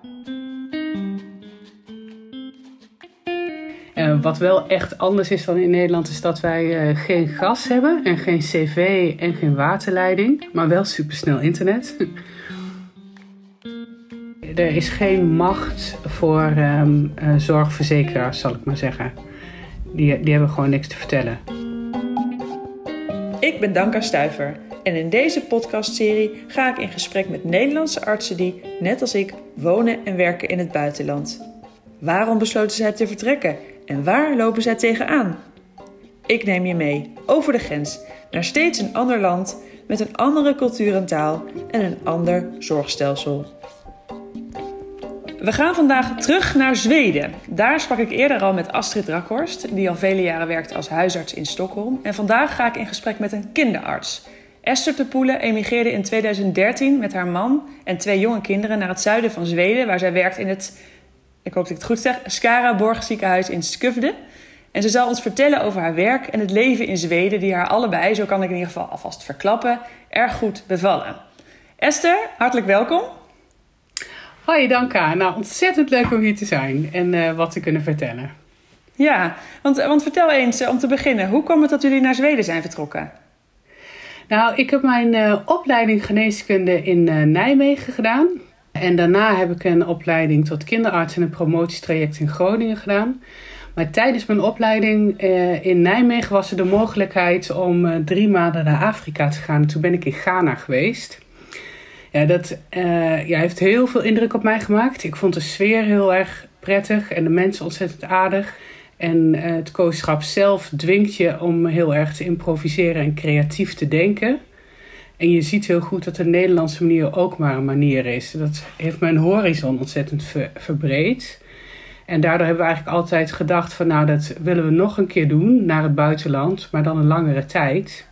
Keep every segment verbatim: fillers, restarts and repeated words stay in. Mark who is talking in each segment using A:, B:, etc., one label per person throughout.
A: Uh, wat wel echt anders is dan in Nederland is dat wij uh, geen gas hebben en geen cv en geen waterleiding, maar wel supersnel internet. Er is geen macht voor um, uh, zorgverzekeraars, zal ik maar zeggen. Die, die hebben gewoon niks te vertellen.
B: Ik ben Danka Stuyver en in deze podcastserie ga ik in gesprek met Nederlandse artsen die, net als ik, wonen en werken in het buitenland. Waarom besloten zij te vertrekken en waar lopen zij tegenaan? Ik neem je mee over de grens naar steeds een ander land met een andere cultuur en taal en een ander zorgstelsel. We gaan vandaag terug naar Zweden. Daar sprak ik eerder al met Astrid Rakhorst, die al vele jaren werkt als huisarts in Stockholm. En vandaag ga ik in gesprek met een kinderarts. Esther de Poele emigreerde in tweeduizend dertien met haar man en twee jonge kinderen naar het zuiden van Zweden, waar zij werkt in het, ik hoop dat ik het goed zeg, Skaraborg ziekenhuis in Skövde. En ze zal ons vertellen over haar werk en het leven in Zweden, die haar allebei, zo kan ik in ieder geval alvast verklappen, erg goed bevallen. Esther, hartelijk welkom.
A: Hoi Danka, nou ontzettend leuk om hier te zijn en uh, wat te kunnen vertellen.
B: Ja, want, want vertel eens uh, om te beginnen, hoe kwam het dat jullie naar Zweden zijn vertrokken?
A: Nou, ik heb mijn uh, opleiding geneeskunde in uh, Nijmegen gedaan. En daarna heb ik een opleiding tot kinderarts en een promotietraject in Groningen gedaan. Maar tijdens mijn opleiding uh, in Nijmegen was er de mogelijkheid om uh, drie maanden naar Afrika te gaan. En toen ben ik in Ghana geweest. Ja, dat uh, ja, heeft heel veel indruk op mij gemaakt. Ik vond de sfeer heel erg prettig en de mensen ontzettend aardig. En uh, het coachschap zelf dwingt je om heel erg te improviseren en creatief te denken. En je ziet heel goed dat de Nederlandse manier ook maar een manier is. Dat heeft mijn horizon ontzettend ver, verbreed. En daardoor hebben we eigenlijk altijd gedacht van nou, dat willen we nog een keer doen naar het buitenland, maar dan een langere tijd.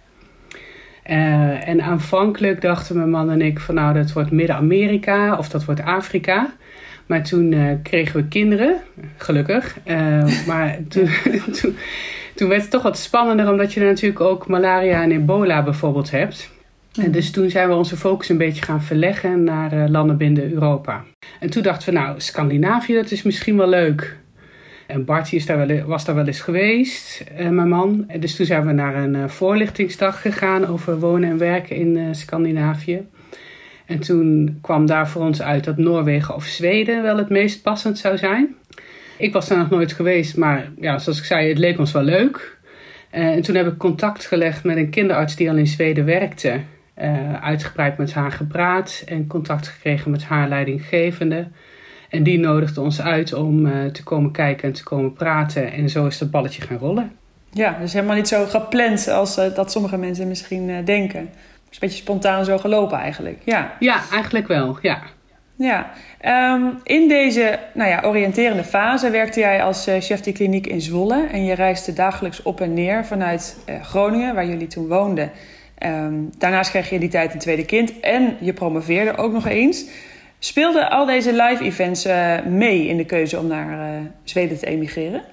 A: Uh, en aanvankelijk dachten mijn man en ik van nou, dat wordt Midden-Amerika of dat wordt Afrika. Maar toen uh, kregen we kinderen, gelukkig. Uh, maar toen, toen, toen werd het toch wat spannender, omdat je natuurlijk ook malaria en ebola bijvoorbeeld hebt. En dus toen zijn we onze focus een beetje gaan verleggen naar uh, landen binnen Europa. En toen dachten we nou, Scandinavië, dat is misschien wel leuk. En Bartie is daar wel, was daar wel eens geweest, uh, mijn man. En dus toen zijn we naar een uh, voorlichtingsdag gegaan over wonen en werken in uh, Scandinavië. En toen kwam daar voor ons uit dat Noorwegen of Zweden wel het meest passend zou zijn. Ik was daar nog nooit geweest, maar ja, zoals ik zei, het leek ons wel leuk. Uh, en toen heb ik contact gelegd met een kinderarts die al in Zweden werkte. Uh, uitgebreid met haar gepraat en contact gekregen met haar leidinggevende. En die nodigde ons uit om uh, te komen kijken en te komen praten. En zo is dat balletje gaan rollen.
B: Ja, dus helemaal niet zo gepland als uh, dat sommige mensen misschien uh, denken. Het is een beetje spontaan zo gelopen eigenlijk. Ja,
A: ja eigenlijk wel, ja.
B: Ja, um, in deze nou ja, oriënterende fase werkte jij als uh, chef de kliniek in Zwolle. En je reisde dagelijks op en neer vanuit uh, Groningen, waar jullie toen woonden. Um, daarnaast kreeg je in die tijd een tweede kind en je promoveerde ook nog eens. Speelden al deze live events uh, mee in de keuze om naar uh, Zweden te emigreren?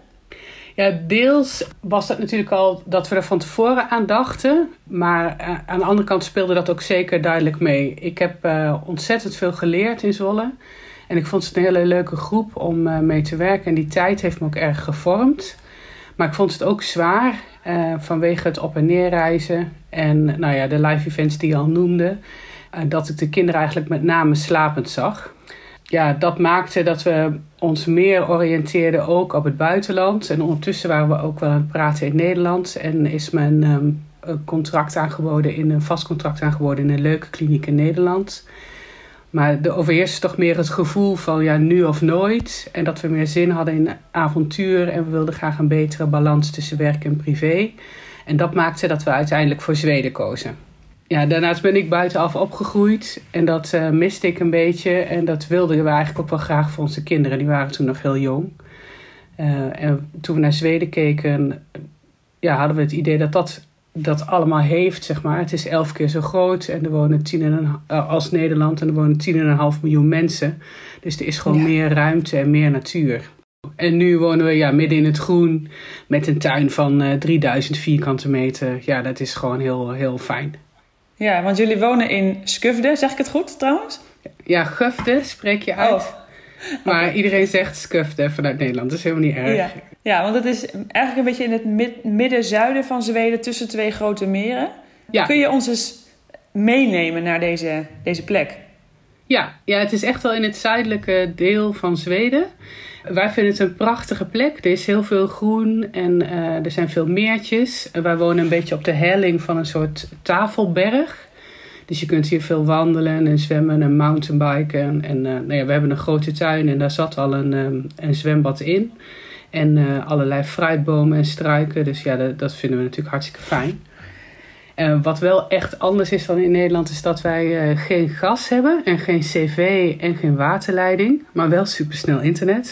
A: Ja, deels was dat natuurlijk al dat we er van tevoren aan dachten. Maar uh, aan de andere kant speelde dat ook zeker duidelijk mee. Ik heb uh, ontzettend veel geleerd in Zwolle. En ik vond het een hele leuke groep om uh, mee te werken. En die tijd heeft me ook erg gevormd. Maar ik vond het ook zwaar uh, vanwege het op- en neerreizen. En nou ja, de live events die je al noemde. Uh, dat ik de kinderen eigenlijk met name slapend zag. Ja, dat maakte dat we ons meer oriënteerden ook op het buitenland. En ondertussen waren we ook wel aan het praten in Nederland. En is mijn um, contract aangeboden in een vast contract aangeboden in een leuke kliniek in Nederland. Maar er overheerste toch meer het gevoel van ja, nu of nooit. En dat we meer zin hadden in avontuur. En we wilden graag een betere balans tussen werk en privé. En dat maakte dat we uiteindelijk voor Zweden kozen. Ja, daarnaast ben ik buitenaf opgegroeid en dat uh, miste ik een beetje. En dat wilden we eigenlijk ook wel graag voor onze kinderen. Die waren toen nog heel jong. Uh, en toen we naar Zweden keken, ja, hadden we het idee dat dat, dat allemaal heeft, zeg maar. Het is elf keer zo groot en er wonen tien en een, uh, als Nederland en er wonen tien en een half miljoen mensen. Dus er is gewoon ja. meer ruimte en meer natuur. En nu wonen we ja, midden in het groen met een tuin van uh, drieduizend vierkante meter. Ja, dat is gewoon heel, heel fijn.
B: Ja, want jullie wonen in Skövde, zeg ik het goed trouwens?
A: Ja, Skövde spreek je uit.
B: Oh.
A: Maar okay. Iedereen zegt Skövde vanuit Nederland. Dat is helemaal niet erg.
B: Ja, ja, want het is eigenlijk een beetje in het mid- midden-zuiden van Zweden, tussen twee grote meren. Ja. Kun je ons eens meenemen naar deze, deze plek?
A: Ja, ja, het is echt wel in het zuidelijke deel van Zweden. Wij vinden het een prachtige plek. Er is heel veel groen en uh, er zijn veel meertjes. Wij wonen een beetje op de helling van een soort tafelberg. Dus je kunt hier veel wandelen en zwemmen en mountainbiken. En uh, nou ja, we hebben een grote tuin en daar zat al een, um, een zwembad in. En uh, allerlei fruitbomen en struiken. Dus ja, dat, dat vinden we natuurlijk hartstikke fijn. Uh, wat wel echt anders is dan in Nederland is dat wij uh, geen gas hebben en geen cv en geen waterleiding. Maar wel supersnel internet.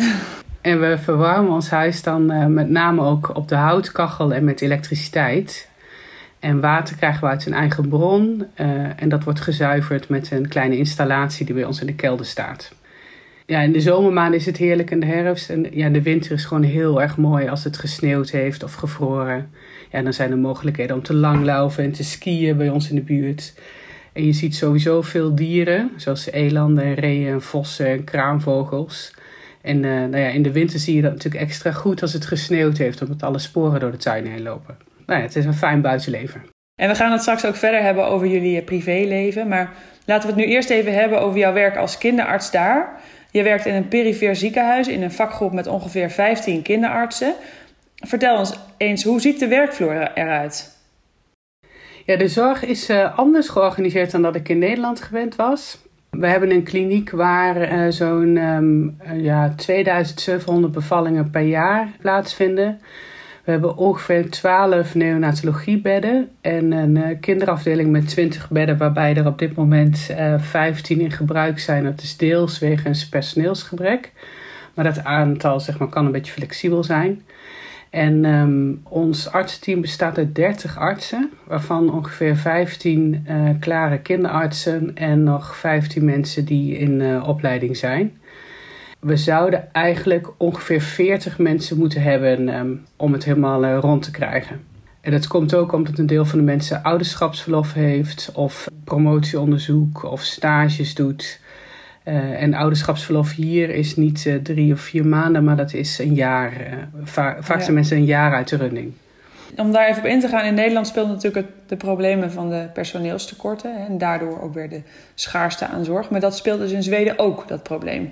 A: En we verwarmen ons huis dan uh, met name ook op de houtkachel en met elektriciteit. En water krijgen we uit een eigen bron. Uh, en dat wordt gezuiverd met een kleine installatie die bij ons in de kelder staat. Ja, in de zomermaanden is het heerlijk en de herfst. En ja, de winter is gewoon heel erg mooi als het gesneeuwd heeft of gevroren. Ja, dan zijn er mogelijkheden om te langlaufen en te skiën bij ons in de buurt. En je ziet sowieso veel dieren, zoals elanden, reeën, vossen en kraanvogels. En uh, nou ja, in de winter zie je dat natuurlijk extra goed als het gesneeuwd heeft, omdat alle sporen door de tuin heen lopen. Nou ja, het is een fijn buitenleven.
B: En we gaan het straks ook verder hebben over jullie privéleven. Maar laten we het nu eerst even hebben over jouw werk als kinderarts daar. Je werkt in een perifeer ziekenhuis in een vakgroep met ongeveer vijftien kinderartsen. Vertel ons eens, hoe ziet de werkvloer eruit?
A: Ja, de zorg is uh, anders georganiseerd dan dat ik in Nederland gewend was. We hebben een kliniek waar uh, zo'n um, uh, ja, tweeduizend zevenhonderd bevallingen per jaar plaatsvinden. We hebben ongeveer twaalf neonatologiebedden en een uh, kinderafdeling met twintig bedden, waarbij er op dit moment uh, vijftien in gebruik zijn. Dat is deels wegens personeelsgebrek, maar dat aantal zeg maar, kan een beetje flexibel zijn. En um, ons artsenteam bestaat uit dertig artsen, waarvan ongeveer vijftien uh, klare kinderartsen en nog vijftien mensen die in uh, opleiding zijn. We zouden eigenlijk ongeveer veertig mensen moeten hebben um, om het helemaal uh, rond te krijgen. En dat komt ook omdat een deel van de mensen ouderschapsverlof heeft of promotieonderzoek of stages doet. Uh, en ouderschapsverlof hier is niet uh, drie of vier maanden, maar dat is een jaar. Uh, va- vaak ja. zijn mensen een jaar uit de running.
B: Om daar even op in te gaan, in Nederland speelt natuurlijk het, de problemen van de personeelstekorten. Hè, en daardoor ook weer de schaarste aan zorg. Maar dat speelt dus in Zweden ook, dat probleem.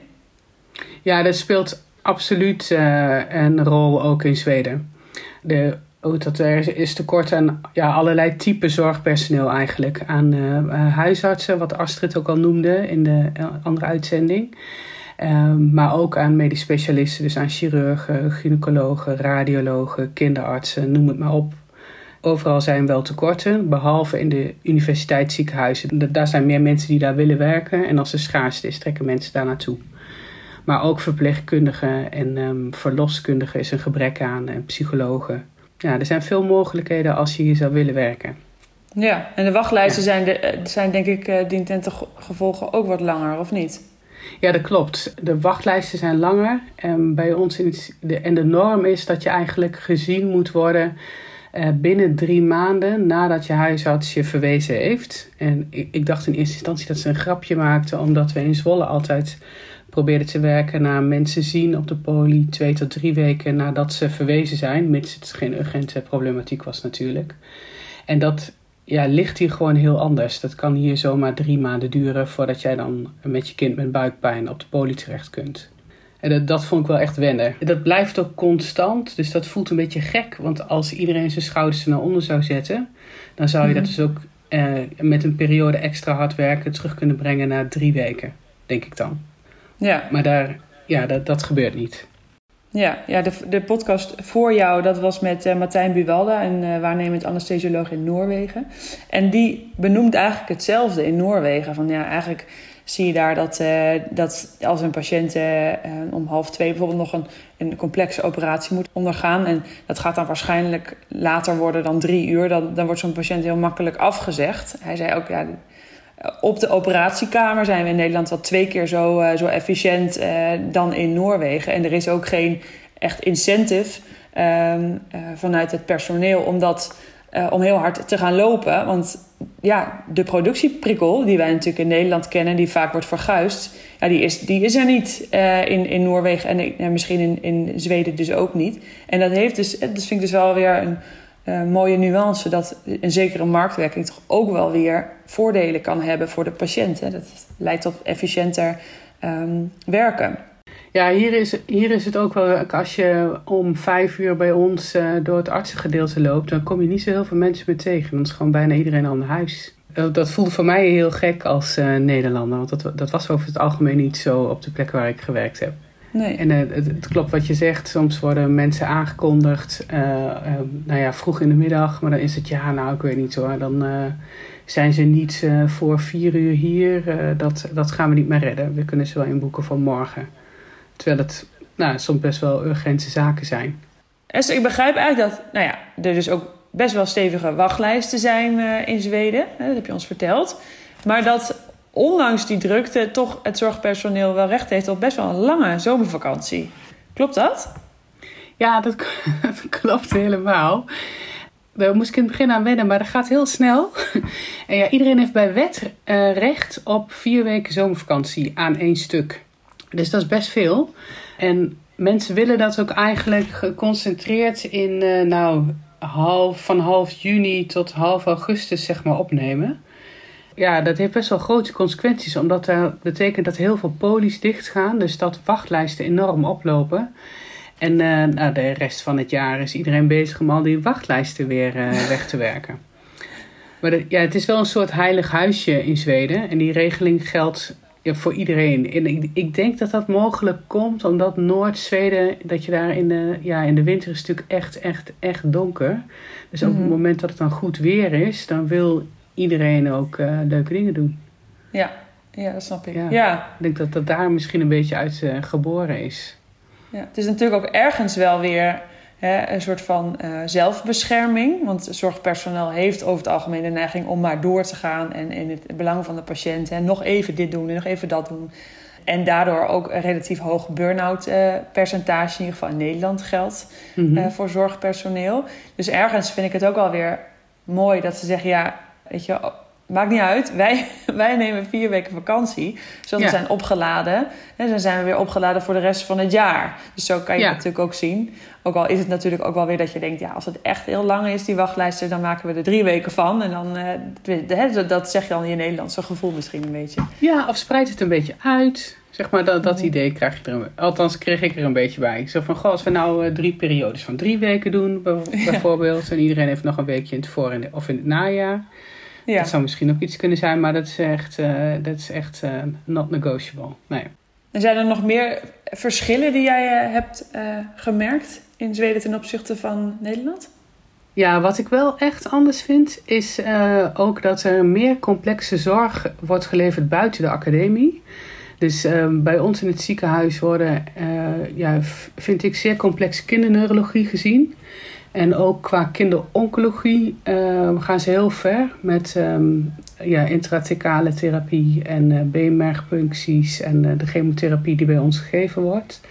A: Ja, dat speelt absoluut uh, een rol ook in Zweden. De, ook dat er is tekort aan ja, allerlei type zorgpersoneel eigenlijk. Aan uh, huisartsen, wat Astrid ook al noemde in de andere uitzending. Uh, maar ook aan medisch specialisten, dus aan chirurgen, gynaecologen, radiologen, kinderartsen, noem het maar op. Overal zijn wel tekorten, behalve in de universiteitsziekenhuizen. Daar zijn meer mensen die daar willen werken. En als er schaarste is, trekken mensen daar naartoe. Maar ook verpleegkundigen en um, verloskundigen is een gebrek aan en psychologen. Ja, er zijn veel mogelijkheden als je hier zou willen werken.
B: Ja, en de wachtlijsten ja. zijn, de, zijn denk ik uh, dien ten gevolge ook wat langer, of niet?
A: Ja, dat klopt. De wachtlijsten zijn langer. En bij ons in het, de, en de norm is dat je eigenlijk gezien moet worden uh, binnen drie maanden nadat je huisarts je verwezen heeft. En ik, ik dacht in eerste instantie dat ze een grapje maakten, omdat we in Zwolle altijd probeerden te werken naar mensen zien op de poli twee tot drie weken nadat ze verwezen zijn, mits het geen urgente problematiek was natuurlijk. En dat ja, ligt hier gewoon heel anders. Dat kan hier zomaar drie maanden duren voordat jij dan met je kind met buikpijn op de poli terecht kunt. En dat, dat vond ik wel echt wennen. Dat blijft ook constant, dus dat voelt een beetje gek. Want als iedereen zijn schouders er naar onder zou zetten, dan zou je mm-hmm. dat dus ook eh, met een periode extra hard werken terug kunnen brengen naar drie weken, denk ik dan. Ja. Maar daar, ja, dat, dat gebeurt niet.
B: Ja, ja de, de podcast voor jou, dat was met uh, Martijn Buwalda, een uh, waarnemend anesthesioloog in Noorwegen. En die benoemt eigenlijk hetzelfde in Noorwegen. Van ja, eigenlijk zie je daar dat, uh, dat als een patiënt uh, om half twee bijvoorbeeld nog een, een complexe operatie moet ondergaan. En dat gaat dan waarschijnlijk later worden dan drie uur. Dan, dan wordt zo'n patiënt heel makkelijk afgezegd. Hij zei ook, ja, op de operatiekamer zijn we in Nederland wel twee keer zo, uh, zo efficiënt uh, dan in Noorwegen. En er is ook geen echt incentive uh, uh, vanuit het personeel om, dat, uh, om heel hard te gaan lopen. Want ja, de productieprikkel die wij natuurlijk in Nederland kennen, die vaak wordt verguisd, ja, die, is, die is er niet uh, in, in Noorwegen en uh, misschien in, in Zweden dus ook niet. En dat heeft dus, dat vind ik dus wel weer een uh, mooie nuance, dat een zekere marktwerking toch ook wel weer voordelen kan hebben voor de patiënt. Hè. Dat leidt tot efficiënter um, werken.
A: Ja, hier is, hier is het ook wel, als je om vijf uur bij ons uh, door het artsengedeelte loopt, dan kom je niet zo heel veel mensen meer tegen. Dan is gewoon bijna iedereen al naar huis. Uh, dat voelde voor mij heel gek als uh, Nederlander, want dat, dat was over het algemeen niet zo op de plek waar ik gewerkt heb.
B: Nee.
A: En uh, het, het klopt wat je zegt, soms worden mensen aangekondigd, uh, uh, nou ja, vroeg in de middag, maar dan is het, ja, nou, ik weet niet hoor, dan uh, zijn ze niet uh, voor vier uur hier, uh, dat, dat gaan we niet meer redden. We kunnen ze wel inboeken voor morgen. Terwijl het nou, soms best wel urgente zaken zijn.
B: Esther, ik begrijp eigenlijk dat nou ja, er dus ook best wel stevige wachtlijsten zijn uh, in Zweden. Dat heb je ons verteld. Maar dat ondanks die drukte toch het zorgpersoneel wel recht heeft op best wel een lange zomervakantie. Klopt dat?
A: Ja, dat, dat klopt helemaal. Daar moest ik in het begin aan wennen, maar dat gaat heel snel. En ja, iedereen heeft bij wet uh, recht op vier weken zomervakantie aan één stuk. Dus dat is best veel. En mensen willen dat ook eigenlijk geconcentreerd in uh, nou, half, van half juni tot half augustus zeg maar opnemen. Ja, dat heeft best wel grote consequenties. Omdat dat betekent dat heel veel polies dichtgaan. Dus dat wachtlijsten enorm oplopen. En uh, nou, de rest van het jaar is iedereen bezig om al die wachtlijsten weer uh, weg te werken. Maar de, ja, het is wel een soort heilig huisje in Zweden. En die regeling geldt ja, voor iedereen. En ik, ik denk dat dat mogelijk komt omdat Noord-Zweden, dat je daar in de, ja, in de winter is natuurlijk echt, echt, echt donker. Dus mm-hmm. op het moment dat het dan goed weer is, dan wil iedereen ook uh, leuke dingen doen.
B: Ja, ja, dat snap ik.
A: Ja,
B: ja.
A: Ik denk dat dat daar misschien een beetje uit uh, geboren is.
B: Ja, het is natuurlijk ook ergens wel weer hè, een soort van uh, zelfbescherming. Want zorgpersoneel heeft over het algemeen de neiging om maar door te gaan. En in het belang van de patiënt. Hè, nog even dit doen en nog even dat doen. En daardoor ook een relatief hoog burn-out uh, percentage, in ieder geval in Nederland, geldt mm-hmm. uh, voor zorgpersoneel. Dus ergens vind ik het ook wel weer mooi dat ze zeggen, ja, weet je, maakt niet uit. Wij, wij nemen vier weken vakantie. Zodat ja. we zijn opgeladen. En dan zijn we weer opgeladen voor de rest van het jaar. Dus zo kan je ja. het natuurlijk ook zien. Ook al is het natuurlijk ook wel weer dat je denkt, ja, als het echt heel lang is, die wachtlijsten, dan maken we er drie weken van. En dan, uh, dat zeg je dan in je Nederlandse gevoel misschien een beetje.
A: Ja, of spreid het een beetje uit. Zeg maar, dat, dat mm-hmm. idee krijg je er, althans kreeg ik er een beetje bij. Zo van, goh, als we nou uh, drie periodes van drie weken doen, bijvoorbeeld. Ja. En iedereen heeft nog een weekje in het voor- in de, of in het najaar. Ja. Dat zou misschien ook iets kunnen zijn, maar dat is echt, uh, dat is echt uh, not negotiable. Nee.
B: En zijn er nog meer verschillen die jij uh, hebt uh, gemerkt in Zweden ten opzichte van Nederland?
A: Ja, wat ik wel echt anders vind, is uh, ook dat er meer complexe zorg wordt geleverd buiten de academie. Dus uh, bij ons in het ziekenhuis worden, uh, ja, vind ik, zeer complexe kinderneurologie gezien. En ook qua kinderoncologie uh, gaan ze heel ver met um, ja, intrathecale therapie en uh, beenmergpuncties en uh, de chemotherapie die bij ons gegeven wordt.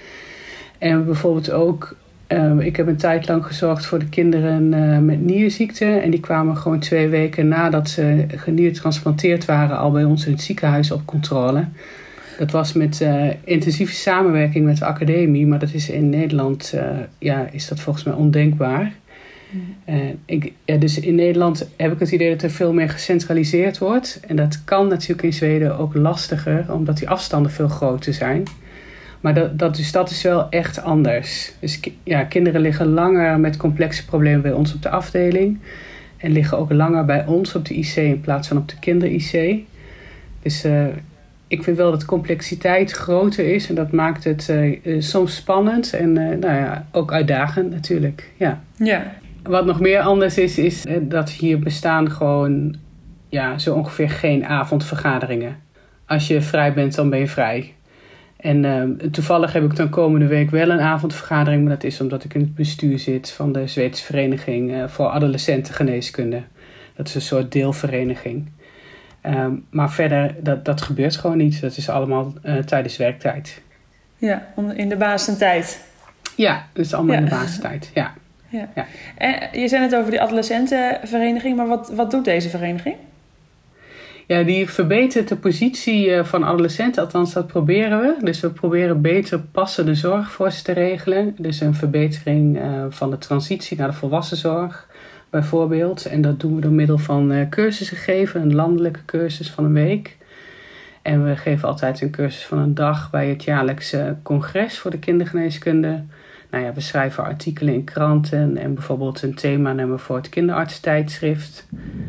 A: En bijvoorbeeld ook, uh, ik heb een tijd lang gezorgd voor de kinderen uh, met nierziekte. En die kwamen gewoon twee weken nadat ze geniertransplanteerd waren al bij ons in het ziekenhuis op controle. Dat was met uh, intensieve samenwerking met de academie, maar dat is in Nederland uh, ja, is dat volgens mij ondenkbaar. Mm. Uh, ik, ja, dus in Nederland heb ik het idee dat er veel meer gecentraliseerd wordt. En dat kan natuurlijk in Zweden ook lastiger, omdat die afstanden veel groter zijn. Maar dat, dat, dus dat is wel echt anders. Dus ja, kinderen liggen langer met complexe problemen bij ons op de afdeling. En liggen ook langer bij ons op de I C in plaats van op de kinder-I C. Dus uh, ik vind wel dat de complexiteit groter is. En dat maakt het uh, soms spannend en uh, nou ja, ook uitdagend natuurlijk. Ja.
B: Ja.
A: Wat nog meer anders is, is uh, dat hier bestaan gewoon ja, zo ongeveer geen avondvergaderingen. Als je vrij bent, dan ben je vrij. En uh, toevallig heb ik dan komende week wel een avondvergadering. Maar dat is omdat ik in het bestuur zit van de Zweedse Vereniging uh, voor Adolescentengeneeskunde. Dat is een soort deelvereniging. Um, maar verder, dat, dat gebeurt gewoon niet. Dat is allemaal uh, tijdens werktijd.
B: Ja, in de basentijd.
A: Ja, dat is allemaal ja. in de basentijd, ja.
B: ja. ja. En je zei het over die adolescentenvereniging, maar wat, wat doet deze vereniging?
A: Ja, die verbetert de positie van adolescenten. Althans, dat proberen we. Dus we proberen beter passende zorg voor ze te regelen. Dus een verbetering uh, van de transitie naar de volwassenzorg bijvoorbeeld. En dat doen we door middel van uh, cursussen geven. Een landelijke cursus van een week. En we geven altijd een cursus van een dag bij het jaarlijkse congres voor de kindergeneeskunde. Nou ja, we schrijven artikelen in kranten en bijvoorbeeld een themanummer voor het kinderartstijdschrift.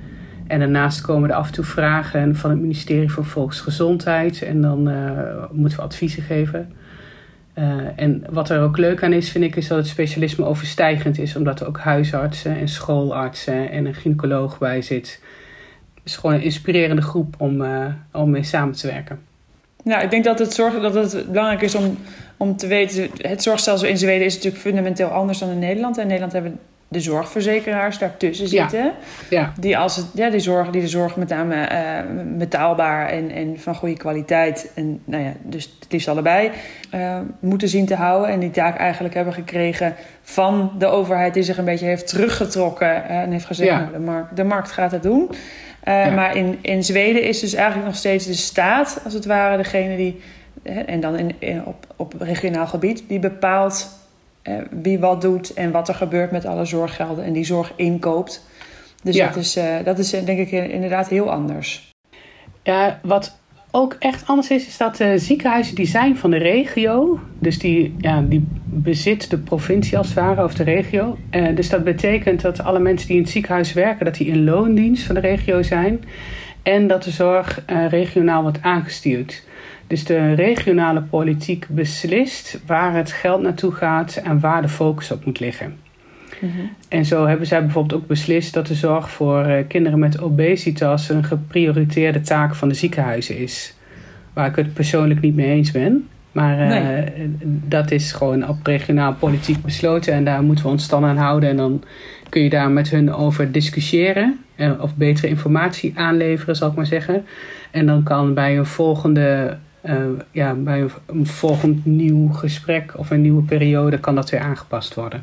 A: En daarnaast komen er af en toe vragen van het ministerie voor Volksgezondheid. En dan uh, moeten we adviezen geven. Uh, en wat er ook leuk aan is, vind ik, is dat het specialisme overstijgend is. Omdat er ook huisartsen en schoolartsen en een gynaecoloog bij zit. Het is gewoon een inspirerende groep om, uh, om mee samen te werken.
B: Nou, ik denk dat het, zorg, dat het belangrijk is om, om te weten... Het zorgstelsel in Zweden is natuurlijk fundamenteel anders dan in Nederland. In Nederland hebben we de zorgverzekeraars daartussen zitten. Ja. Ja. Die, als het, ja, die, zorg, die de zorg met name uh, betaalbaar en, en van goede kwaliteit... en nou ja, dus het liefst allebei uh, moeten zien te houden. En die taak eigenlijk hebben gekregen van de overheid... die zich een beetje heeft teruggetrokken uh, en heeft gezegd... Ja. Nou, de, markt, de markt gaat het doen. Uh, ja. Maar in, in Zweden is dus eigenlijk nog steeds de staat, als het ware, degene die... Hè, en dan in, in, op, op regionaal gebied, die bepaalt... Uh, wie wat doet en wat er gebeurt met alle zorggelden en die zorg inkoopt. Dus ja. dat, is, uh, dat is denk ik inderdaad heel anders.
A: Ja, wat ook echt anders is, is dat de ziekenhuizen die zijn van de regio. Dus die, ja, die bezit de provincie als het ware of de regio. Uh, dus dat betekent dat alle mensen die in het ziekenhuis werken, dat die in loondienst van de regio zijn. En dat de zorg uh, regionaal wordt aangestuurd. Dus de regionale politiek beslist waar het geld naartoe gaat en waar de focus op moet liggen. Mm-hmm. En zo hebben zij bijvoorbeeld ook beslist dat de zorg voor uh, kinderen met obesitas een geprioriteerde taak van de ziekenhuizen is. Waar ik het persoonlijk niet mee eens ben. Maar uh, nee. dat is gewoon op regionaal politiek besloten en daar moeten we ons dan aan houden. En dan kun je daar met hun over discussiëren uh, of betere informatie aanleveren, zal ik maar zeggen. En dan kan bij een volgende... Uh, ja, bij een, een volgend nieuw gesprek of een nieuwe periode kan dat weer aangepast worden.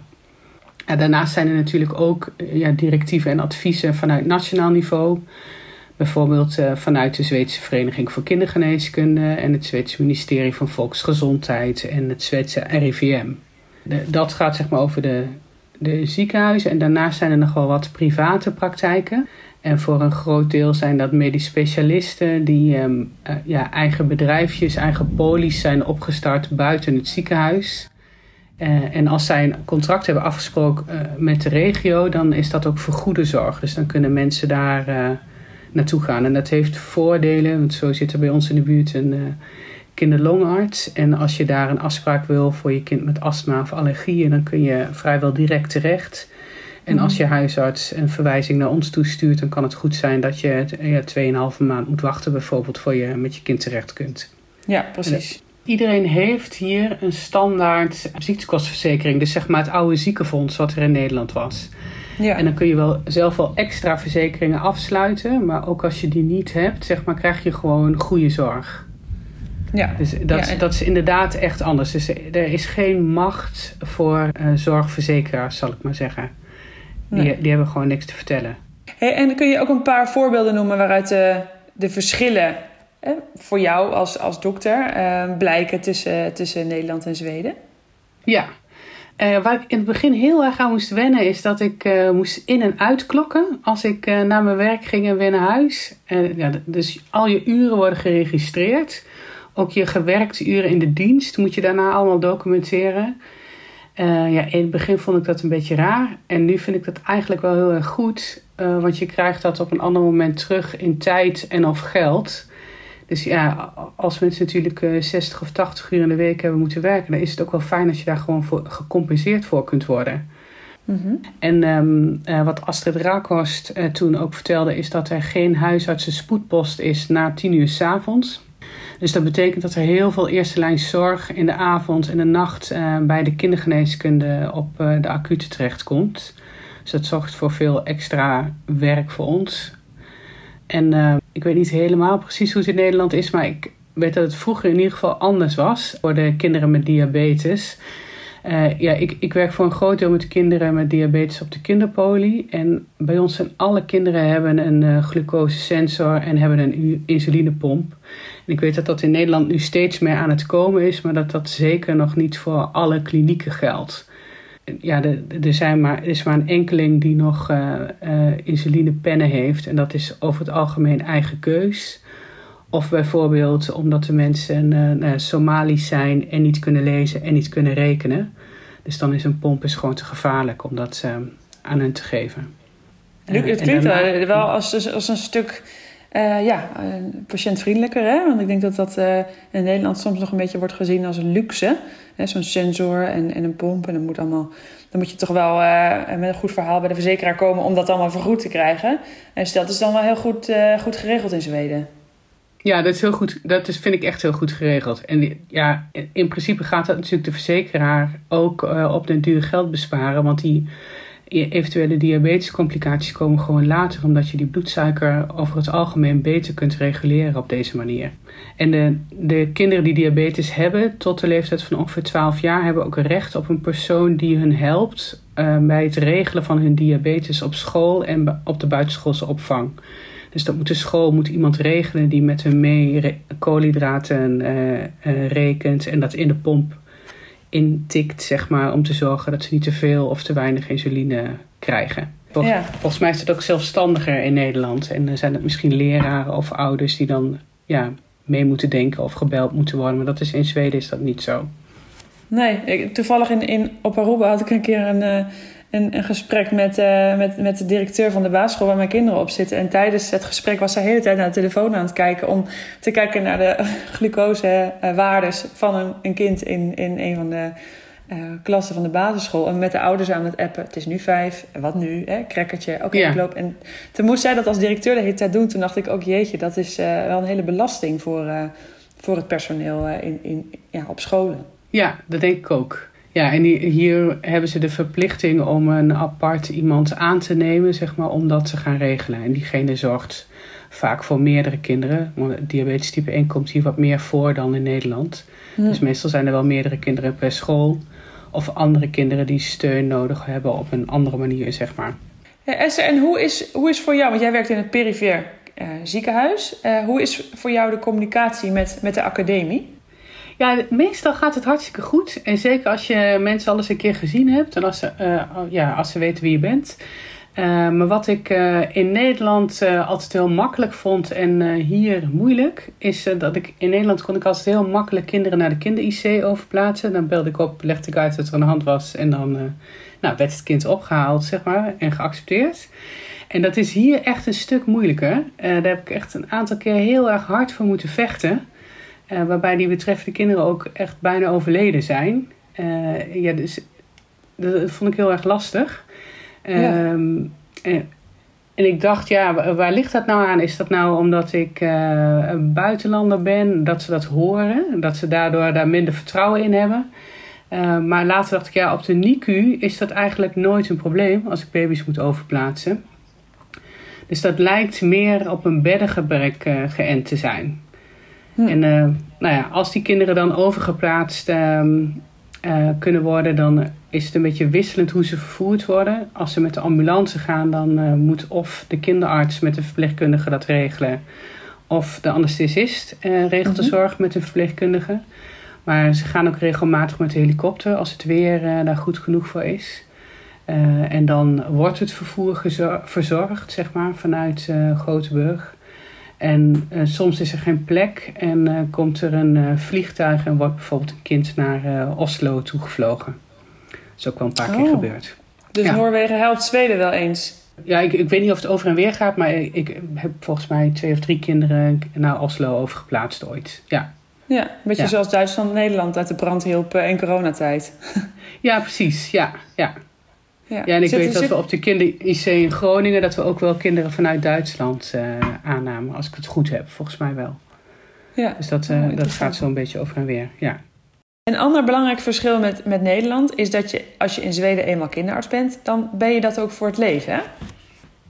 A: En daarnaast zijn er natuurlijk ook ja, directieven en adviezen vanuit nationaal niveau. Bijvoorbeeld uh, vanuit de Zweedse Vereniging voor Kindergeneeskunde en het Zweedse ministerie van Volksgezondheid en het Zweedse R I V M. De, dat gaat zeg maar over de, de ziekenhuizen en daarnaast zijn er nog wel wat private praktijken. En voor een groot deel zijn dat medisch specialisten die um, uh, ja, eigen bedrijfjes, eigen polies zijn opgestart buiten het ziekenhuis. Uh, en als zij een contract hebben afgesproken uh, met de regio, dan is dat ook vergoede zorg. Dus dan kunnen mensen daar uh, naartoe gaan. En dat heeft voordelen, want zo zit er bij ons in de buurt een uh, kinderlongarts. En als je daar een afspraak wil voor je kind met astma of allergieën, dan kun je vrijwel direct terecht. En als je huisarts een verwijzing naar ons toestuurt, dan kan het goed zijn dat je ja, tweeënhalve maand moet wachten bijvoorbeeld voor je met je kind terecht kunt.
B: Ja, precies.
A: Iedereen heeft hier een standaard ziektekostenverzekering. Dus zeg maar het oude ziekenfonds wat er in Nederland was. Ja. En dan kun je wel zelf wel extra verzekeringen afsluiten. Maar ook als je die niet hebt, zeg maar, krijg je gewoon goede zorg. Ja. Dus dat, ja, en... dat is inderdaad echt anders. Dus er is geen macht voor uh, zorgverzekeraars, zal ik maar zeggen. Die, nee. die hebben gewoon niks te vertellen.
B: Hey, en kun je ook een paar voorbeelden noemen waaruit de, de verschillen eh, voor jou als, als dokter eh, blijken tussen, tussen Nederland en Zweden?
A: Ja, uh, waar ik in het begin heel erg aan moest wennen is dat ik uh, moest in- en uitklokken als ik uh, naar mijn werk ging en weer naar huis. Uh, ja, dus al je uren worden geregistreerd. Ook je gewerkte uren in de dienst moet je daarna allemaal documenteren. Uh, ja, in het begin vond ik dat een beetje raar. En nu vind ik dat eigenlijk wel heel erg goed. Uh, want je krijgt dat op een ander moment terug in tijd en of geld. Dus ja, als mensen natuurlijk uh, zestig of tachtig uur in de week hebben moeten werken, dan is het ook wel fijn als je daar gewoon voor gecompenseerd voor kunt worden. Mm-hmm. En um, uh, wat Astrid Raakhorst uh, toen ook vertelde, is dat er geen huisartsen spoedpost is na tien uur 's avonds. Dus dat betekent dat er heel veel eerste lijn zorg in de avond en de nacht uh, bij de kindergeneeskunde op uh, de acute terechtkomt. Dus dat zorgt voor veel extra werk voor ons. En uh, ik weet niet helemaal precies hoe het in Nederland is, maar ik weet dat het vroeger in ieder geval anders was voor de kinderen met diabetes. Uh, ja, ik, ik werk voor een groot deel met kinderen met diabetes op de kinderpoli. En bij ons zijn alle kinderen hebben een uh, glucosesensor en hebben een u- insulinepomp. En ik weet dat dat in Nederland nu steeds meer aan het komen is, maar dat dat zeker nog niet voor alle klinieken geldt. Ja, er, zijn maar, er is maar een enkeling die nog uh, uh, insulinepennen heeft. En dat is over het algemeen eigen keus. Of bijvoorbeeld omdat de mensen uh, Somalisch zijn en niet kunnen lezen en niet kunnen rekenen. Dus dan is een pomp is gewoon te gevaarlijk om dat uh, aan hen te geven.
B: Luc, het klinkt daarna, wel als, als een stuk uh, ja, patiëntvriendelijker. Hè? Want ik denk dat dat uh, in Nederland soms nog een beetje wordt gezien als een luxe. Hè? Zo'n sensor en, en een pomp. En dan moet, allemaal, dan moet je toch wel uh, met een goed verhaal bij de verzekeraar komen om dat allemaal vergoed te krijgen. En dus dat is dan wel heel goed, uh, goed geregeld in Zweden.
A: Ja, dat is heel goed. Dat is, vind ik echt heel goed geregeld. En ja, in principe gaat dat natuurlijk de verzekeraar ook uh, op den duur geld besparen. Want die eventuele diabetescomplicaties komen gewoon later. Omdat je die bloedsuiker over het algemeen beter kunt reguleren op deze manier. En de, de kinderen die diabetes hebben tot de leeftijd van ongeveer twaalf jaar hebben ook recht op een persoon die hun helpt uh, bij het regelen van hun diabetes op school en op de buitenschoolse opvang. Dus dat moet de school moet iemand regelen die met hun mee re- koolhydraten uh, uh, rekent en dat in de pomp intikt, zeg maar, om te zorgen dat ze niet te veel of te weinig insuline krijgen. Vol- ja. Volgens mij is het ook zelfstandiger in Nederland. En dan zijn het misschien leraren of ouders die dan ja, mee moeten denken of gebeld moeten worden. Maar dat is in Zweden is dat niet zo.
B: Nee, ik, toevallig in, in, op Aruba had ik een keer een... Uh... Een, een gesprek met, uh, met, met de directeur van de basisschool waar mijn kinderen op zitten. En tijdens het gesprek was zij de hele tijd naar de telefoon aan het kijken om te kijken naar de glucosewaardes van een, een kind in, in een van de uh, klassen van de basisschool. En met de ouders aan het appen. Het is nu vijf, wat nu? Hè? Crackertje, oké, okay, ja. Ik loop. En toen moest zij dat als directeur de hele tijd doen. Toen dacht ik ook, jeetje, dat is uh, wel een hele belasting voor, uh, voor het personeel uh, in, in, ja, op scholen.
A: Ja, dat denk ik ook. Ja, en hier hebben ze de verplichting om een apart iemand aan te nemen, zeg maar, om dat te gaan regelen. En diegene zorgt vaak voor meerdere kinderen. Want diabetes type één komt hier wat meer voor dan in Nederland. Hm. Dus meestal zijn er wel meerdere kinderen per school. Of andere kinderen die steun nodig hebben op een andere manier, zeg maar.
B: Ja, Esther, en hoe is, hoe is voor jou, want jij werkt in het perifeer uh, ziekenhuis. Uh, hoe is voor jou de communicatie met, met de academie?
A: Ja, meestal gaat het hartstikke goed. En zeker als je mensen al eens een keer gezien hebt. En als ze, uh, ja, als ze weten wie je bent. Uh, maar wat ik uh, in Nederland uh, altijd heel makkelijk vond. En uh, hier moeilijk. Is uh, dat ik in Nederland kon ik altijd heel makkelijk kinderen naar de kinder-I C overplaatsen. Dan belde ik op, legde ik uit dat er aan de hand was. En dan uh, nou, werd het kind opgehaald, zeg maar. En geaccepteerd. En dat is hier echt een stuk moeilijker. Uh, daar heb ik echt een aantal keer heel erg hard voor moeten vechten. Uh, waarbij die betreffende kinderen ook echt bijna overleden zijn. Uh, ja, dus dat vond ik heel erg lastig. Uh, ja. en, en ik dacht, ja, waar ligt dat nou aan? Is dat nou omdat ik uh, een buitenlander ben? Dat ze dat horen? Dat ze daardoor daar minder vertrouwen in hebben? Uh, maar later dacht ik, ja, op de N I C U is dat eigenlijk nooit een probleem als ik baby's moet overplaatsen. Dus dat lijkt meer op een beddengebrek uh, geënt te zijn. Hm. En uh, nou ja, als die kinderen dan overgeplaatst uh, uh, kunnen worden, dan is het een beetje wisselend hoe ze vervoerd worden. Als ze met de ambulance gaan, dan uh, moet of de kinderarts met de verpleegkundige dat regelen, of de anesthesist uh, regelt mm-hmm. de zorg met de verpleegkundige. Maar ze gaan ook regelmatig met de helikopter als het weer uh, daar goed genoeg voor is. Uh, en dan wordt het vervoer gezor- verzorgd, zeg maar, vanuit uh, Gothenburg. En uh, soms is er geen plek en uh, komt er een uh, vliegtuig en wordt bijvoorbeeld een kind naar uh, Oslo toegevlogen. Dat is ook wel een paar oh. keer gebeurd.
B: Dus ja. Noorwegen helpt Zweden wel eens?
A: Ja, ik, ik weet niet of het over en weer gaat, maar ik, ik heb volgens mij twee of drie kinderen naar Oslo overgeplaatst ooit. Ja,
B: ja een beetje ja. zoals Duitsland en Nederland uit de brand hielp in coronatijd.
A: Ja, precies. Ja, ja. Ja, ja, en ik zit, weet dat zit... we op de kinder-I C in Groningen, dat we ook wel kinderen vanuit Duitsland uh, aannamen, als ik het goed heb, volgens mij wel. Ja. Dus dat, uh, oh, dat gaat zo een beetje over en weer, ja.
B: Een ander belangrijk verschil met, met Nederland is dat je, als je in Zweden eenmaal kinderarts bent, dan ben je dat ook voor het leven, hè?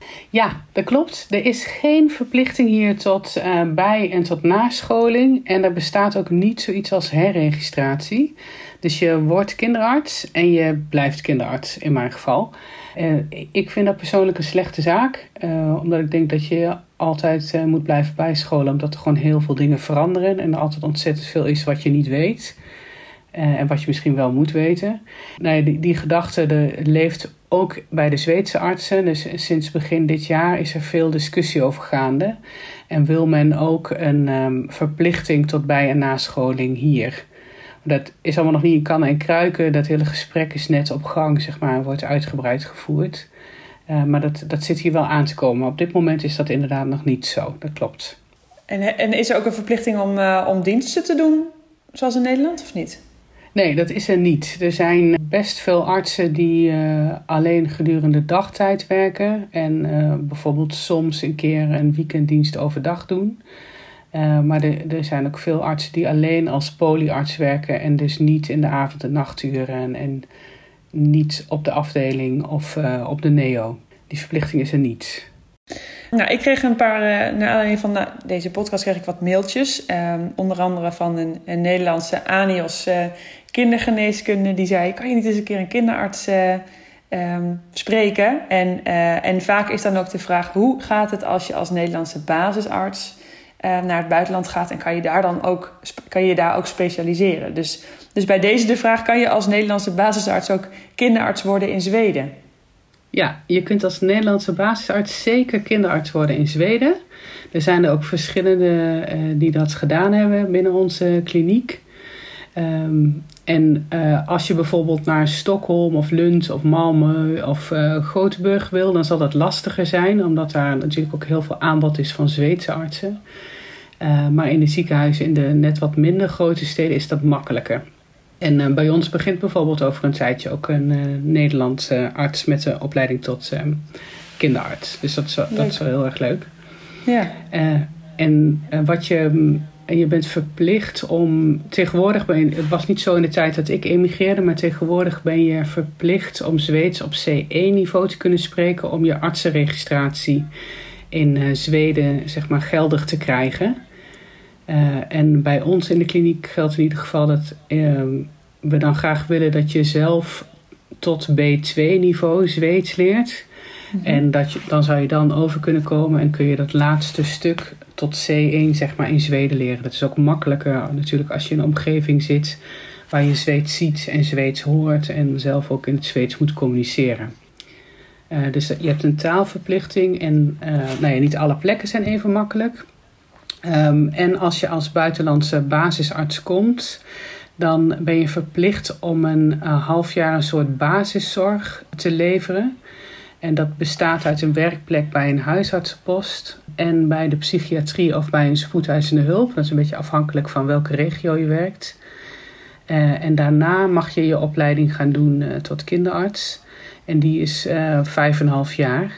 A: Ja, dat klopt. Er is geen verplichting hier tot uh, bij- en tot nascholing. En er bestaat ook niet zoiets als herregistratie. Dus je wordt kinderarts en je blijft kinderarts in mijn geval. Uh, ik vind dat persoonlijk een slechte zaak. Uh, omdat ik denk dat je altijd uh, moet blijven bijscholen. Omdat er gewoon heel veel dingen veranderen. En er altijd ontzettend veel is wat je niet weet. Uh, en wat je misschien wel moet weten. Nou, die, die gedachte de, leeft ook bij de Zweedse artsen. Dus sinds begin dit jaar is er veel discussie over gaande. En wil men ook een um, verplichting tot bij- en nascholing hier. Dat is allemaal nog niet in kannen en kruiken. Dat hele gesprek is net op gang, zeg maar, en wordt uitgebreid gevoerd. Uh, maar dat, dat zit hier wel aan te komen. Maar op dit moment is dat inderdaad nog niet zo. Dat klopt.
B: En, en is er ook een verplichting om, uh, om diensten te doen, zoals in Nederland, of niet?
A: Nee, dat is er niet. Er zijn best veel artsen die uh, alleen gedurende dagtijd werken. En uh, bijvoorbeeld soms een keer een weekenddienst overdag doen. Uh, maar er, er zijn ook veel artsen die alleen als polyarts werken. En dus niet in de avond- en nachturen. En, en niet op de afdeling of uh, op de neo. Die verplichting is er niet.
B: Nou, ik kreeg een paar, uh, naar aanleiding van nou, deze podcast kreeg ik wat mailtjes. Uh, onder andere van een, een Nederlandse Anios uh, kindergeneeskunde. Die zei, kan je niet eens een keer een kinderarts uh, um, spreken? En, uh, en vaak is dan ook de vraag, hoe gaat het als je als Nederlandse basisarts uh, naar het buitenland gaat? En kan je daar dan ook, kan je daar ook specialiseren? Dus, dus bij deze de vraag, kan je als Nederlandse basisarts ook kinderarts worden in Zweden?
A: Ja, je kunt als Nederlandse basisarts zeker kinderarts worden in Zweden. Er zijn er ook verschillende uh, die dat gedaan hebben binnen onze kliniek. Um, en uh, als je bijvoorbeeld naar Stockholm of Lund of Malmö of uh, Gothenburg wil, dan zal dat lastiger zijn. Omdat daar natuurlijk ook heel veel aanbod is van Zweedse artsen. Uh, maar in de ziekenhuizen in de net wat minder grote steden is dat makkelijker. En uh, bij ons begint bijvoorbeeld over een tijdje ook een uh, Nederlandse uh, arts met een opleiding tot uh, kinderarts. Dus dat is, dat is wel heel erg leuk.
B: Ja.
A: Uh, en uh, wat je, uh, je bent verplicht om, tegenwoordig ben je, het was niet zo in de tijd dat ik emigreerde, maar tegenwoordig ben je verplicht om Zweeds op C één niveau te kunnen spreken om je artsenregistratie in uh, Zweden, zeg maar, geldig te krijgen. Uh, en bij ons in de kliniek geldt in ieder geval dat uh, we dan graag willen dat je zelf tot B twee niveau Zweeds leert. Mm-hmm. En dat je, dan zou je dan over kunnen komen en kun je dat laatste stuk tot C één, zeg maar, in Zweden leren. Dat is ook makkelijker natuurlijk als je in een omgeving zit waar je Zweeds ziet en Zweeds hoort en zelf ook in het Zweeds moet communiceren. Uh, dus je hebt een taalverplichting en uh, nou ja, niet alle plekken zijn even makkelijk. Um, en als je als buitenlandse basisarts komt, dan ben je verplicht om een uh, half jaar een soort basiszorg te leveren. En dat bestaat uit een werkplek bij een huisartsenpost en bij de psychiatrie of bij een spoedeisende hulp. Dat is een beetje afhankelijk van welke regio je werkt. Uh, en daarna mag je je opleiding gaan doen uh, tot kinderarts. En die is uh, vijf en een half jaar.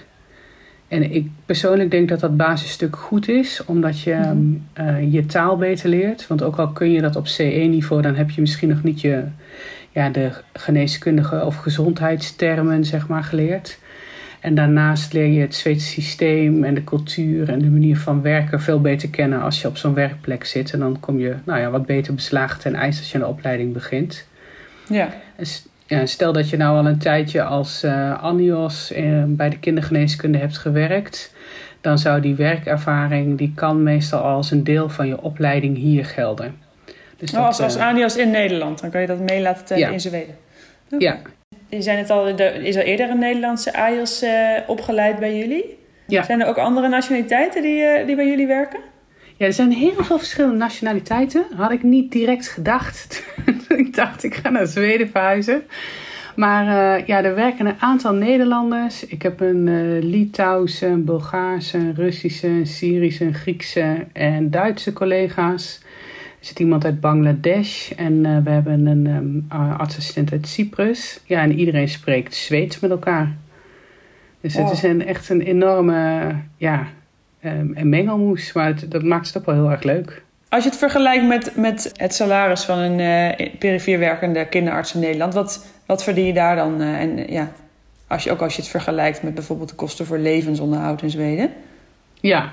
A: En ik persoonlijk denk dat dat basisstuk goed is, omdat je mm-hmm. uh, je taal beter leert. Want ook al kun je dat op C één niveau, dan heb je misschien nog niet je, ja, de geneeskundige of gezondheidstermen, zeg maar, geleerd. En daarnaast leer je het Zweedse systeem en de cultuur en de manier van werken veel beter kennen als je op zo'n werkplek zit. En dan kom je, nou ja, wat beter beslagen ten ijs als je een opleiding begint.
B: Ja.
A: En Ja, stel dat je nou al een tijdje als uh, Anios uh, bij de kindergeneeskunde hebt gewerkt, dan zou die werkervaring, die kan meestal als een deel van je opleiding hier gelden. Dus
B: oh,
A: dat,
B: als, als
A: uh,
B: Anios in Nederland, dan kan je dat mee laten tellen
A: ja.
B: in Zweden. Okay.
A: Ja.
B: Je zei het al, er is al eerder een Nederlandse Anios uh, opgeleid bij jullie.
A: Ja.
B: Zijn er ook andere nationaliteiten die, uh, die bij jullie werken?
A: Ja, er zijn heel veel verschillende nationaliteiten. Had ik niet direct gedacht. Ik dacht, ik ga naar Zweden verhuizen. Maar uh, ja, er werken een aantal Nederlanders. Ik heb een uh, Litouwse, een Bulgaarse, een Russische, een Syrische, een Griekse en Duitse collega's. Er zit iemand uit Bangladesh en uh, we hebben een um, artsassistent uit Cyprus. Ja, en iedereen spreekt Zweeds met elkaar. Dus wow. Het is een, echt een enorme ja, um, een mengelmoes, maar het, dat maakt het ook wel heel erg leuk.
B: Als je het vergelijkt met, met het salaris van een uh, perifeer werkende kinderarts in Nederland, wat, wat verdien je daar dan? Uh, en, ja, Als je, ook als je het vergelijkt met bijvoorbeeld de kosten voor levensonderhoud in Zweden.
A: Ja,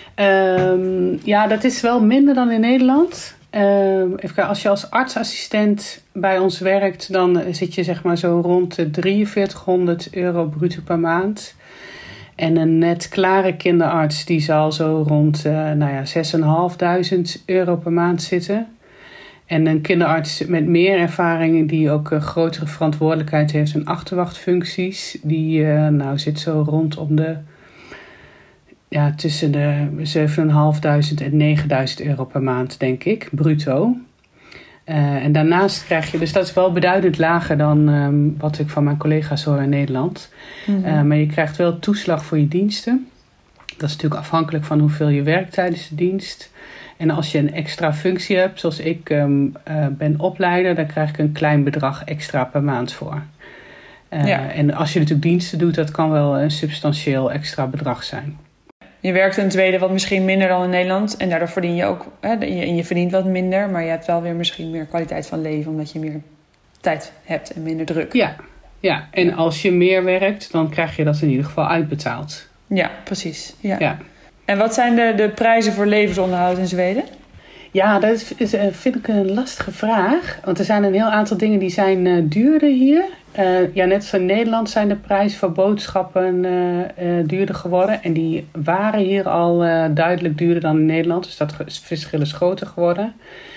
A: um, ja dat is wel minder dan in Nederland. Uh, even kijken, als je als artsassistent bij ons werkt, dan zit je zeg maar zo rond de drieënveertighonderd euro bruto per maand. En een net klare kinderarts die zal zo rond uh, nou ja, zesduizend vijfhonderd euro per maand zitten. En een kinderarts met meer ervaring die ook uh, grotere verantwoordelijkheid heeft en achterwachtfuncties, die uh, nou, zit zo rondom de ja, tussen de zevenduizend vijfhonderd en negenduizend euro per maand, denk ik, bruto. Uh, en daarnaast krijg je, dus dat is wel beduidend lager dan um, wat ik van mijn collega's hoor in Nederland. Mm-hmm. Uh, maar je krijgt wel toeslag voor je diensten. Dat is natuurlijk afhankelijk van hoeveel je werkt tijdens de dienst. En als je een extra functie hebt, zoals ik um, uh, ben opleider, dan krijg ik een klein bedrag extra per maand voor. Uh, ja. En als je natuurlijk diensten doet, dat kan wel een substantieel extra bedrag zijn.
B: Je werkt in Zweden wat misschien minder dan in Nederland. En daardoor verdien je ook, hè, en je verdient wat minder. Maar je hebt wel weer misschien meer kwaliteit van leven. Omdat je meer tijd hebt en minder druk.
A: Ja, ja. En als je meer werkt, dan krijg je dat in ieder geval uitbetaald.
B: Ja, precies. Ja.
A: Ja.
B: En wat zijn de, de prijzen voor levensonderhoud in Zweden?
A: Ja, dat is, vind ik een lastige vraag. Want er zijn een heel aantal dingen die zijn uh, duurder hier. Uh, ja, net als in Nederland zijn de prijzen voor boodschappen uh, uh, duurder geworden. En die waren hier al uh, duidelijk duurder dan in Nederland. Dus dat verschil is groter geworden.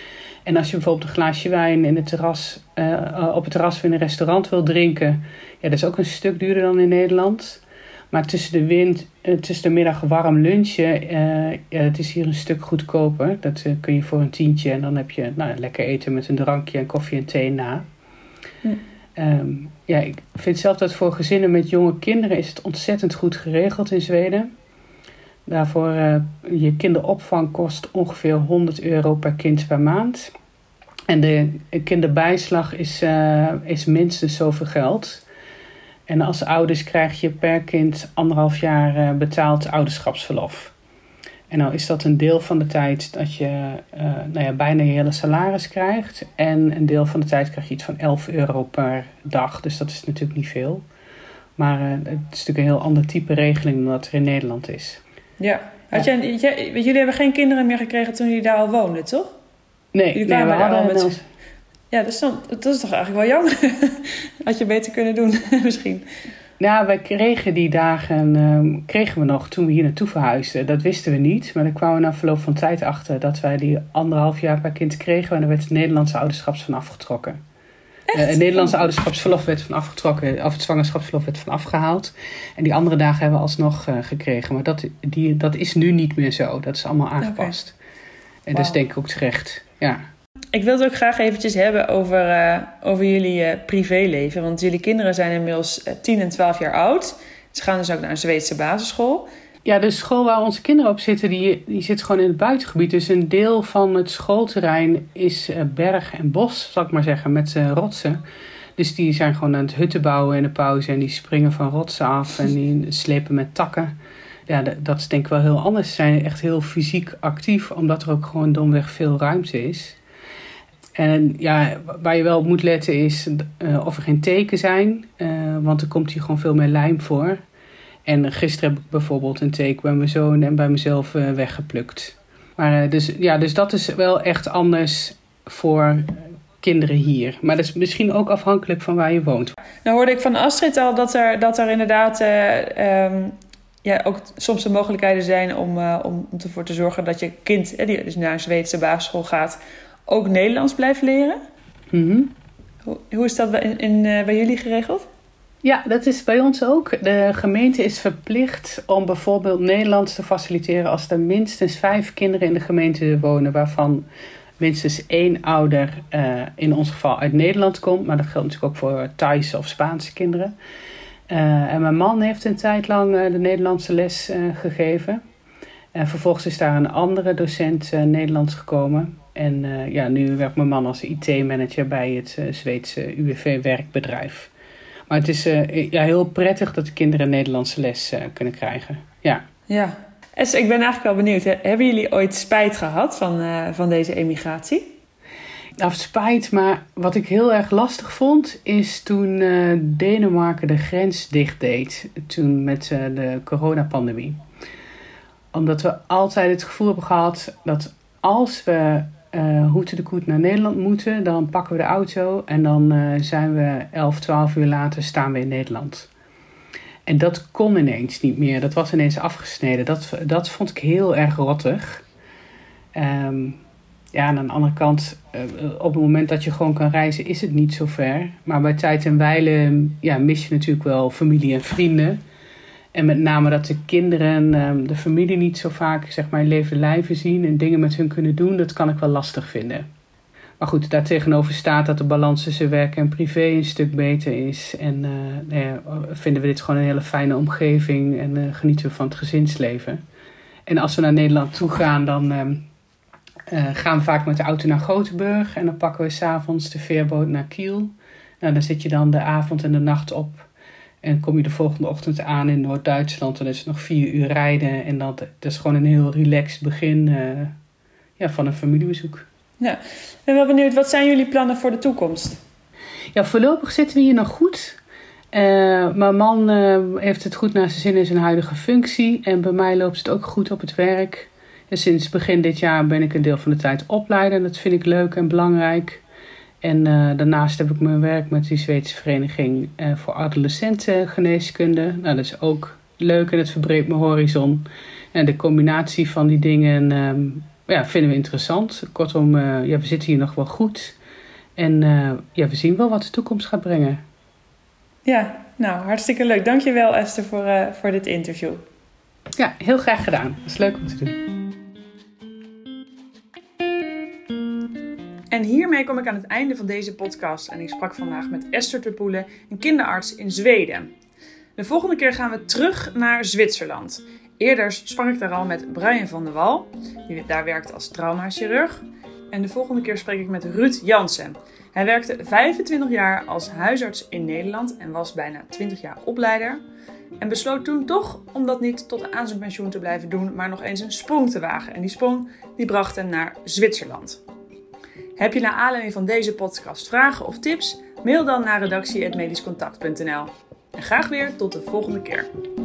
A: En als je bijvoorbeeld een glaasje wijn in het terras, uh, op het terras in een restaurant wil drinken, ja, dat is ook een stuk duurder dan in Nederland. Maar tussen de, wind, uh, tussen de middag warm lunchen, uh, ja, het is hier een stuk goedkoper. Dat uh, kun je voor een tientje en dan heb je nou, lekker eten met een drankje en koffie en thee na. Hm. Um, ja, ik vind zelf dat voor gezinnen met jonge kinderen is het ontzettend goed geregeld in Zweden. Daarvoor uh, je kinderopvang kost ongeveer honderd euro per kind per maand. En de kinderbijslag is, uh, is minstens zoveel geld. En als ouders krijg je per kind anderhalf jaar uh, betaald ouderschapsverlof. En nou is dat een deel van de tijd dat je uh, nou ja, bijna je hele salaris krijgt. En een deel van de tijd krijg je iets van elf euro per dag. Dus dat is natuurlijk niet veel. Maar uh, het is natuurlijk een heel ander type regeling dan dat er in Nederland is.
B: Ja. Had jij, jij, jullie hebben geen kinderen meer gekregen toen jullie daar al woonden, toch?
A: Nee,
B: jullie
A: nee we hadden
B: al met...
A: Ons...
B: Ja, dat is, dan, dat is toch eigenlijk wel jammer. Had je beter kunnen doen, misschien.
A: Ja, wij kregen die dagen um, kregen we nog toen we hier naartoe verhuisden. Dat wisten we niet. Maar dan kwamen we na verloop van tijd achter dat wij die anderhalf jaar per kind kregen. En daar werd het Nederlandse ouderschap van afgetrokken. Uh, het Nederlandse ouderschapsverlof werd van afgetrokken. Of het zwangerschapsverlof werd van afgehaald. En die andere dagen hebben we alsnog uh, gekregen. Maar dat, die, dat is nu niet meer zo. Dat is allemaal aangepast. Okay. En wow. Dat is denk ik ook terecht. Ja.
B: Ik wil het ook graag eventjes hebben over, uh, over jullie uh, privéleven. Want jullie kinderen zijn inmiddels uh, tien en twaalf jaar oud. Ze gaan dus ook naar een Zweedse basisschool.
A: Ja, de school waar onze kinderen op zitten, die, die zit gewoon in het buitengebied. Dus een deel van het schoolterrein is uh, berg en bos, zal ik maar zeggen, met uh, rotsen. Dus die zijn gewoon aan het hutten bouwen in de pauze. En die springen van rotsen af en die slepen met takken. Ja, dat is denk ik wel heel anders. Ze zijn echt heel fysiek actief, omdat er ook gewoon domweg veel ruimte is. En ja, waar je wel op moet letten is uh, of er geen teken zijn. Uh, want er komt hier gewoon veel meer lijm voor. En gisteren heb ik bijvoorbeeld een teken bij mijn zoon en bij mezelf uh, weggeplukt. Maar uh, dus, ja, dus dat is wel echt anders voor kinderen hier. Maar dat is misschien ook afhankelijk van waar je woont.
B: Nou hoorde ik van Astrid al dat er, dat er inderdaad uh, um, ja, ook soms de mogelijkheden zijn om, uh, om ervoor te zorgen dat je kind, uh, die dus naar een Zweedse basisschool gaat, ook Nederlands blijft leren.
A: Mm-hmm.
B: Hoe, hoe is dat bij, in, uh, bij jullie geregeld?
A: Ja, dat is bij ons ook. De gemeente is verplicht om bijvoorbeeld Nederlands te faciliteren als er minstens vijf kinderen in de gemeente wonen, waarvan minstens één ouder uh, in ons geval uit Nederland komt. Maar dat geldt natuurlijk ook voor Thaise of Spaanse kinderen. Uh, en mijn man heeft een tijd lang uh, de Nederlandse les uh, gegeven. En vervolgens is daar een andere docent uh, Nederlands gekomen. En uh, ja, nu werkt mijn man als I T-manager bij het uh, Zweedse U W V-werkbedrijf. Maar het is uh, ja, heel prettig dat de kinderen een Nederlandse les uh, kunnen krijgen. Ja.
B: Ja. Esther, ik ben eigenlijk wel benieuwd. Hè? Hebben jullie ooit spijt gehad van, uh, van deze emigratie?
A: Nou, het spijt, maar wat ik heel erg lastig vond, is toen uh, Denemarken de grens dicht deed. Toen met uh, de coronapandemie. Omdat we altijd het gevoel hebben gehad dat als we uh, hoete de koet naar Nederland moeten, dan pakken we de auto en dan uh, zijn we elf, twaalf uur later staan we in Nederland. En dat kon ineens niet meer. Dat was ineens afgesneden. Dat, dat vond ik heel erg rottig. Um, ja, en aan de andere kant, uh, op het moment dat je gewoon kan reizen, is het niet zo ver. Maar bij tijd en wijle ja, mis je natuurlijk wel familie en vrienden. En met name dat de kinderen um, de familie niet zo vaak, zeg maar, in levende lijven zien en dingen met hun kunnen doen, dat kan ik wel lastig vinden. Maar goed, daartegenover staat dat de balans tussen werk en privé een stuk beter is. En uh, nou ja, vinden we dit gewoon een hele fijne omgeving en uh, genieten we van het gezinsleven. En als we naar Nederland toe gaan, dan um, uh, gaan we vaak met de auto naar Gothenburg. En dan pakken we 's avonds de veerboot naar Kiel. Nou, dan zit je dan de avond en de nacht op. En kom je de volgende ochtend aan in Noord-Duitsland. Dan is het nog vier uur rijden. En dat, dat is gewoon een heel relaxed begin uh, ja, van een familiebezoek.
B: Ja, ik ben wel benieuwd, wat zijn jullie plannen voor de toekomst?
A: Ja, voorlopig zitten we hier nog goed. Uh, mijn man uh, heeft het goed naar zijn zin in zijn huidige functie. En bij mij loopt het ook goed op het werk. En sinds begin dit jaar ben ik een deel van de tijd opleider. En dat vind ik leuk en belangrijk. En uh, daarnaast heb ik mijn werk met de Zweedse Vereniging uh, voor Adolescentengeneeskunde. Nou, dat is ook leuk en het verbreedt mijn horizon. En de combinatie van die dingen um, ja, vinden we interessant. Kortom, uh, ja, we zitten hier nog wel goed. En uh, ja, we zien wel wat de toekomst gaat brengen.
B: Ja, nou, hartstikke leuk. Dankjewel Esther voor, uh, voor dit interview.
A: Ja, heel graag gedaan. Dat is leuk om te doen.
B: En hiermee kom ik aan het einde van deze podcast en ik sprak vandaag met Esther ter Poele, een kinderarts in Zweden. De volgende keer gaan we terug naar Zwitserland. Eerder sprak ik daar al met Brian van der Wal, die daar werkt als traumachirurg. En de volgende keer spreek ik met Ruud Jansen. Hij werkte vijfentwintig jaar als huisarts in Nederland en was bijna twintig jaar opleider. En besloot toen toch om dat niet tot aan zijn pensioen te blijven doen, maar nog eens een sprong te wagen. En die sprong die bracht hem naar Zwitserland. Heb je naar aanleiding van deze podcast vragen of tips? Mail dan naar redactie apenstaartje medisch contact punt n l. En graag weer tot de volgende keer.